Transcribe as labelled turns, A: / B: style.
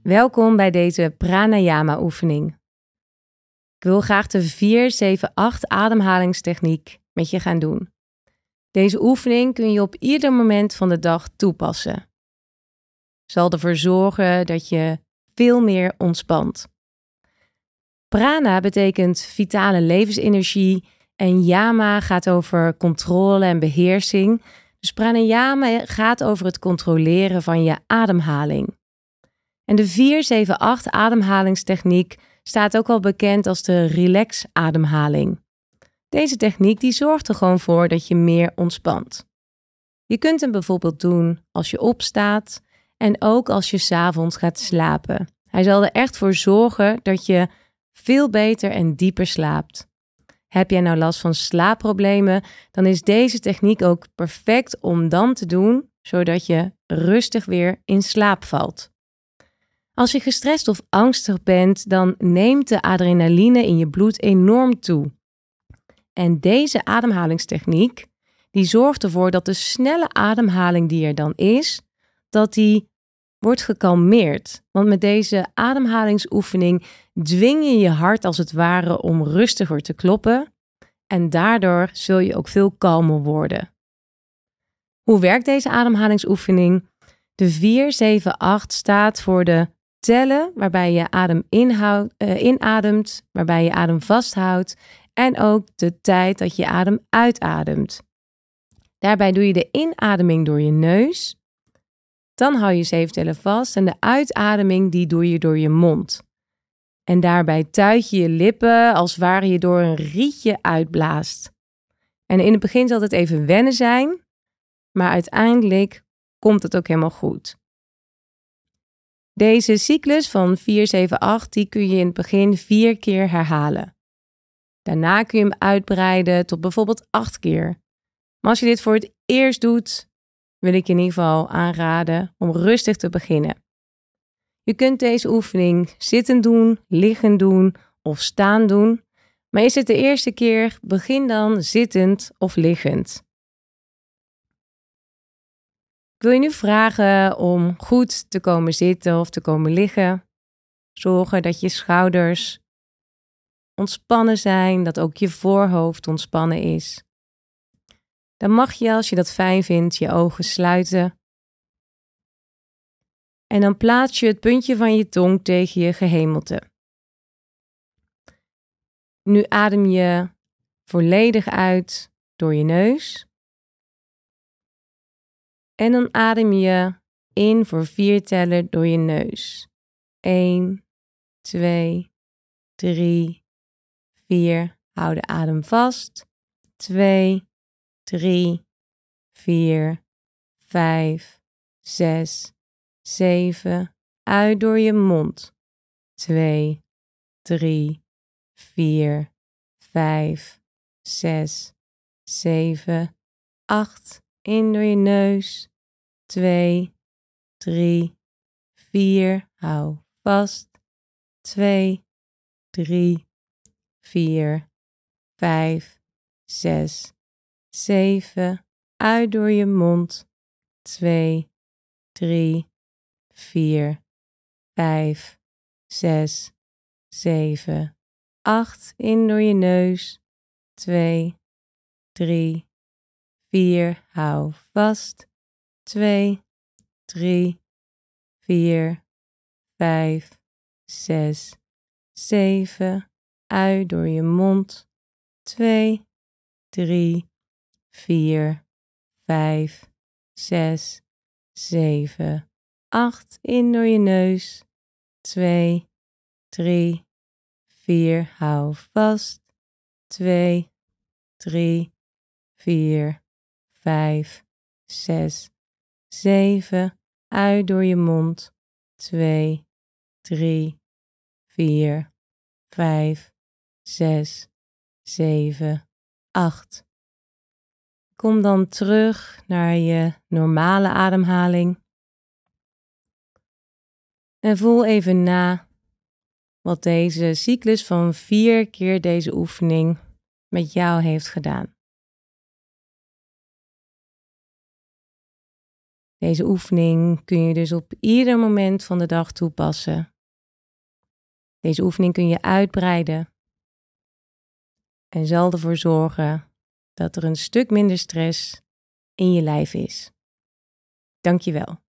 A: Welkom bij deze pranayama-oefening. Ik wil graag de 4-7-8 ademhalingstechniek met je gaan doen. Deze oefening kun je op ieder moment van de dag toepassen. Zal ervoor zorgen dat je veel meer ontspant. Prana betekent vitale levensenergie en yama gaat over controle en beheersing. Dus pranayama gaat over het controleren van je ademhaling. En de 4-7-8 ademhalingstechniek staat ook wel bekend als de relax-ademhaling. Deze techniek die zorgt er gewoon voor dat je meer ontspant. Je kunt hem bijvoorbeeld doen als je opstaat en ook als je 's avonds gaat slapen. Hij zal er echt voor zorgen dat je veel beter en dieper slaapt. Heb jij nou last van slaapproblemen, dan is deze techniek ook perfect om dan te doen, zodat je rustig weer in slaap valt. Als je gestrest of angstig bent, dan neemt de adrenaline in je bloed enorm toe. En deze ademhalingstechniek, die zorgt ervoor dat de snelle ademhaling die er dan is, dat die wordt gekalmeerd. Want met deze ademhalingsoefening dwing je je hart als het ware om rustiger te kloppen. En daardoor zul je ook veel kalmer worden. Hoe werkt deze ademhalingsoefening? De 4-7-8 staat voor de tellen waarbij je adem inademt, waarbij je adem vasthoudt en ook de tijd dat je adem uitademt. Daarbij doe je de inademing door je neus, dan hou je 7 tellen vast en de uitademing die doe je door je mond. En daarbij tuit je je lippen als ware je door een rietje uitblaast. En in het begin zal het even wennen zijn, maar uiteindelijk komt het ook helemaal goed. Deze cyclus van 4-7-8 die kun je in het begin 4 keer herhalen. Daarna kun je hem uitbreiden tot bijvoorbeeld 8 keer. Maar als je dit voor het eerst doet, wil ik je in ieder geval aanraden om rustig te beginnen. Je kunt deze oefening zittend doen, liggend doen of staan doen. Maar is het de eerste keer, begin dan zittend of liggend. Ik wil je nu vragen om goed te komen zitten of te komen liggen. Zorgen dat je schouders ontspannen zijn, dat ook je voorhoofd ontspannen is. Dan mag je, als je dat fijn vindt, je ogen sluiten. En dan plaats je het puntje van je tong tegen je gehemelte. Nu adem je volledig uit door je neus. En dan adem je in voor 4 tellen door je neus. 1, 2, 3, 4. Hou de adem vast. 2, 3, 4, 5, 6, 7. Uit door je mond. 2, 3, 4, 5, 6, 7, 8. In door je neus. 2, 3, 4. Hou vast. 2, 3, 4, 5, 6, 7. Uit door je mond. 2, 3, 4, 5, 6, 7, 8. In door je neus. 2, 3, 4. Hou vast. 2, 3, 4, 5, 6, 7. Uit door je mond. 2, 3, 4, 5, 6, 7, 8. In door je neus. 2, 3, 4. Hou vast. 2, 3, 4, 5, 6, 7. Uit door je mond. 2, 3, 4, 5, 6, 7, 8. Kom dan terug naar je normale ademhaling. En voel even na wat deze cyclus van 4 keer deze oefening met jou heeft gedaan. Deze oefening kun je dus op ieder moment van de dag toepassen. Deze oefening kun je uitbreiden en zal ervoor zorgen dat er een stuk minder stress in je lijf is. Dank je wel.